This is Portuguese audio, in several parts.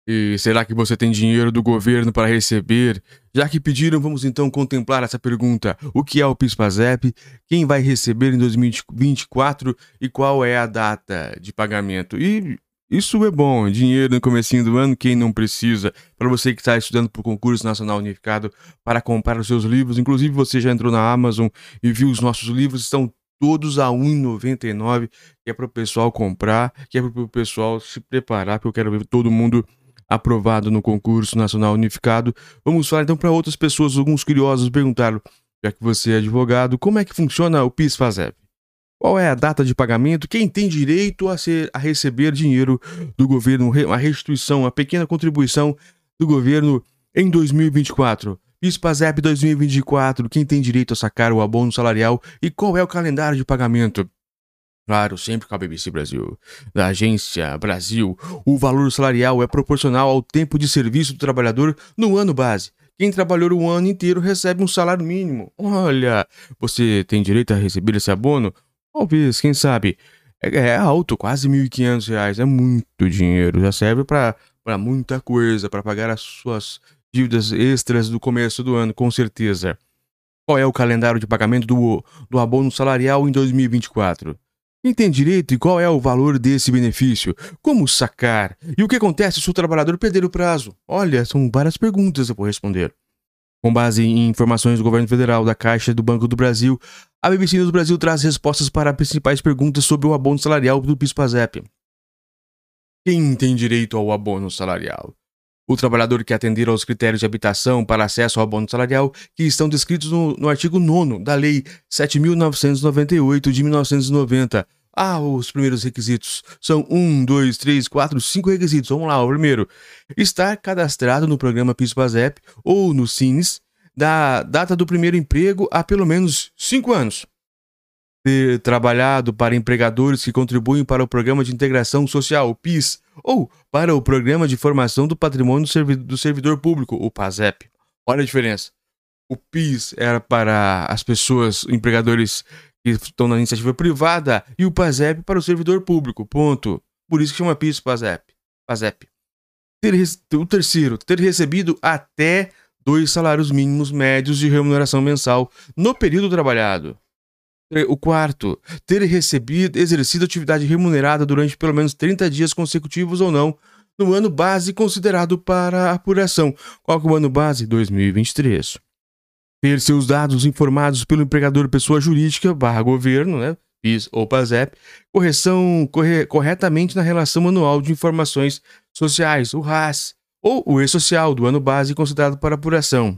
E será que você tem dinheiro do governo para receber? Já que pediram, vamos então contemplar essa pergunta. O que é o PIS/PASEP? Quem vai receber em 2024 e qual é a data de pagamento? E isso é bom, dinheiro no comecinho do ano, quem não precisa? Para você que está estudando para o concurso nacional unificado para comprar os seus livros, inclusive você já entrou na Amazon e viu os nossos livros, estão todos a R$ 1,99, que é para o pessoal comprar, que é para o pessoal se preparar, porque eu quero ver todo mundo aprovado no concurso nacional unificado. Vamos falar então para outras pessoas, alguns curiosos perguntaram, já que você é advogado, como é que funciona o PIS/PASEP? Qual é a data de pagamento? Quem tem direito a receber dinheiro do governo, uma restituição, uma pequena contribuição do governo em 2024? PIS/PASEP 2024, quem tem direito a sacar o abono salarial e qual é o calendário de pagamento? Claro, sempre com a BBC Brasil. Da Agência Brasil, o valor salarial é proporcional ao tempo de serviço do trabalhador no ano base. Quem trabalhou o ano inteiro recebe um salário mínimo. Olha, você tem direito a receber esse abono? Talvez, quem sabe. É alto, quase R$ 1.500. É muito dinheiro. Já serve para muita coisa, para pagar as suas dívidas extras do começo do ano, com certeza. Qual é o calendário de pagamento do abono salarial em 2024? Quem tem direito e qual é o valor desse benefício? Como sacar? E o que acontece se o trabalhador perder o prazo? Olha, são várias perguntas eu vou responder. Com base em informações do governo federal, da Caixa e do Banco do Brasil, a BBC News Brasil traz respostas para as principais perguntas sobre o abono salarial do PIS/PASEP. Quem tem direito ao abono salarial? O trabalhador que atender aos critérios de habitação para acesso ao abono salarial que estão descritos no artigo 9º da Lei 7.998 de 1990. Os primeiros requisitos são 1, 2, 3, 4, 5 requisitos. Vamos lá, o primeiro. Estar cadastrado no programa PIS/PASEP ou no SINES da data do primeiro emprego há pelo menos 5 anos. Ter trabalhado para empregadores que contribuem para o Programa de Integração Social, o PIS, ou para o Programa de Formação do Patrimônio do Servidor Público, o PASEP. Olha a diferença. O PIS era para as pessoas, empregadores que estão na iniciativa privada, e o PASEP para o servidor público, ponto. Por isso que chama PIS/PASEP. O terceiro, ter recebido até 2 salários mínimos médios de remuneração mensal no período trabalhado. O quarto, ter exercido atividade remunerada durante pelo menos 30 dias consecutivos ou não, no ano base considerado para apuração. Qual que é o ano base? 2023. Ter seus dados informados pelo empregador pessoa jurídica / governo, né? PIS ou PASEP, corretamente na Relação Anual de Informações Sociais, o RAS, ou o E-Social do ano base considerado para apuração.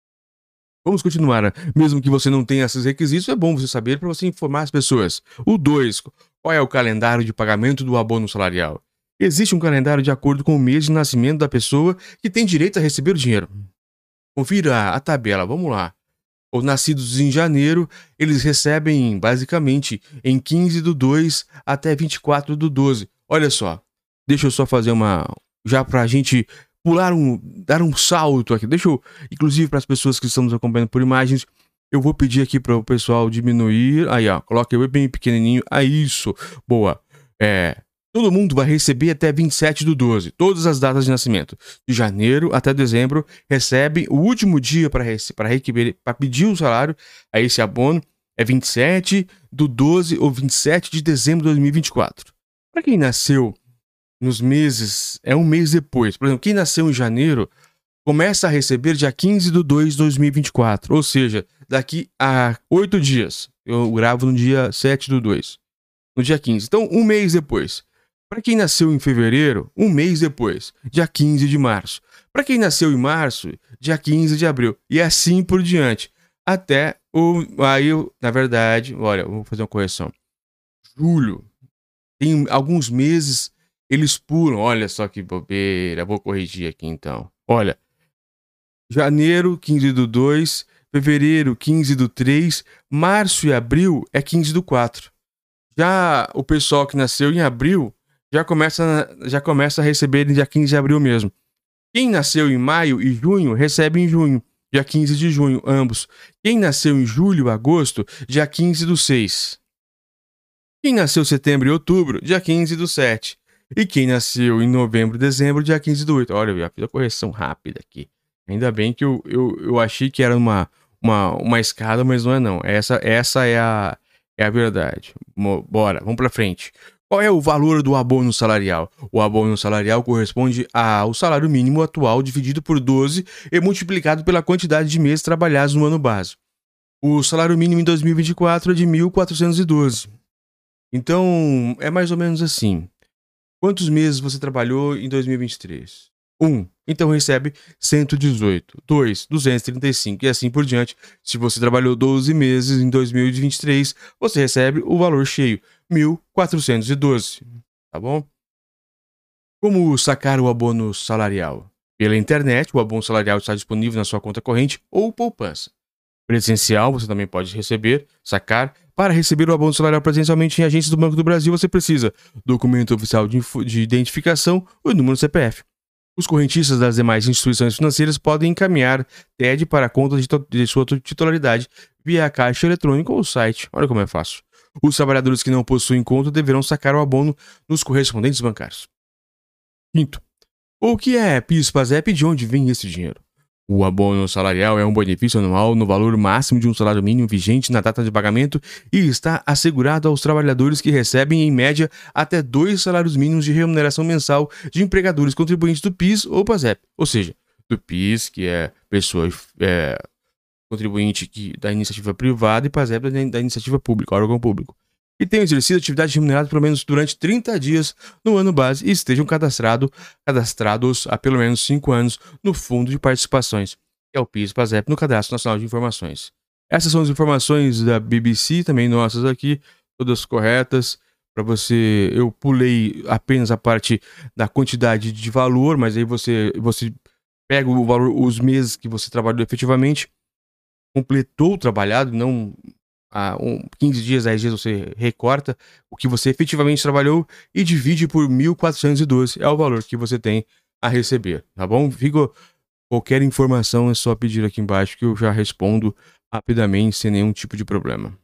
Vamos continuar. Mesmo que você não tenha esses requisitos, é bom você saber para você informar as pessoas. O 2. Qual é o calendário de pagamento do abono salarial? Existe um calendário de acordo com o mês de nascimento da pessoa que tem direito a receber o dinheiro. Confira a tabela, vamos lá. Os nascidos em janeiro, eles recebem basicamente em 15/2 até 24/12. Olha só, deixa eu só fazer já pra gente dar um salto aqui. Deixa eu, inclusive para as pessoas que estão nos acompanhando por imagens, eu vou pedir aqui para o pessoal diminuir. Aí, ó, coloca eu bem pequenininho. Isso, boa. Todo mundo vai receber até 27/12, todas as datas de nascimento. De janeiro até dezembro, recebe o último dia para pedir o salário a esse abono, é 27/12 ou 27 de dezembro de 2024. Para quem nasceu nos meses, é um mês depois. Por exemplo, quem nasceu em janeiro começa a receber dia 15/2 de 2024, ou seja, daqui a 8 dias. Eu gravo no dia 7/2, no dia 15. Então, um mês depois. Para quem nasceu em fevereiro, um mês depois, dia 15 de março. Para quem nasceu em março, dia 15 de abril. E assim por diante. Até na verdade, olha, vou fazer uma correção. Julho. Tem alguns meses, eles pulam. Olha só que bobeira. Vou corrigir aqui então. Olha. Janeiro, 15/2. Fevereiro, 15/3. Março e abril é 15/4. Já o pessoal que nasceu em abril já começa a receber em dia 15 de abril mesmo. Quem nasceu em maio e junho, recebe em junho, dia 15 de junho, ambos. Quem nasceu em julho e agosto, dia 15/6. Quem nasceu em setembro e outubro, dia 15/7. E quem nasceu em novembro e dezembro, dia 15/8. Olha, eu já fiz a correção rápida aqui. Ainda bem que eu achei que era uma escada, mas não é não. Essa é a verdade. Bora, vamos pra frente. Qual é o valor do abono salarial? O abono salarial corresponde ao salário mínimo atual dividido por 12 e multiplicado pela quantidade de meses trabalhados no ano base. O salário mínimo em 2024 é de 1.412. Então, é mais ou menos assim. Quantos meses você trabalhou em 2023? 1. Então recebe 118. 2. 235. E assim por diante. Se você trabalhou 12 meses em 2023, você recebe o valor cheio, 1.412. Tá bom? Como sacar o abono salarial? Pela internet, o abono salarial está disponível na sua conta corrente ou poupança. Presencial, você também pode receber, sacar. Para receber o abono salarial presencialmente em agências do Banco do Brasil, você precisa documento oficial de identificação ou número CPF. Os correntistas das demais instituições financeiras podem encaminhar TED para a conta de sua titularidade via caixa eletrônica ou site. Olha como é fácil. Os trabalhadores que não possuem conta deverão sacar o abono nos correspondentes bancários. Quinto, o que é PIS/PASEP e de onde vem esse dinheiro? O abono salarial é um benefício anual no valor máximo de um salário mínimo vigente na data de pagamento e está assegurado aos trabalhadores que recebem, em média, até 2 salários mínimos de remuneração mensal de empregadores contribuintes do PIS ou PASEP. Ou seja, do PIS, que é pessoa contribuinte da iniciativa privada, e PASEP da iniciativa pública, órgão público, e tenham exercido atividade remunerada pelo menos durante 30 dias no ano base e estejam cadastrados há pelo menos 5 anos no Fundo de Participações, que é o PIS/PASEP, no Cadastro Nacional de Informações. Essas são as informações da BBC, também nossas aqui, todas corretas. Para você, eu pulei apenas a parte da quantidade de valor, mas aí você pega o valor, os meses que você trabalhou efetivamente, completou o trabalhado, não 15 dias, 10 dias você recorta o que você efetivamente trabalhou e divide por 1.412. É o valor que você tem a receber, tá bom? Qualquer informação é só pedir aqui embaixo que eu já respondo rapidamente, sem nenhum tipo de problema.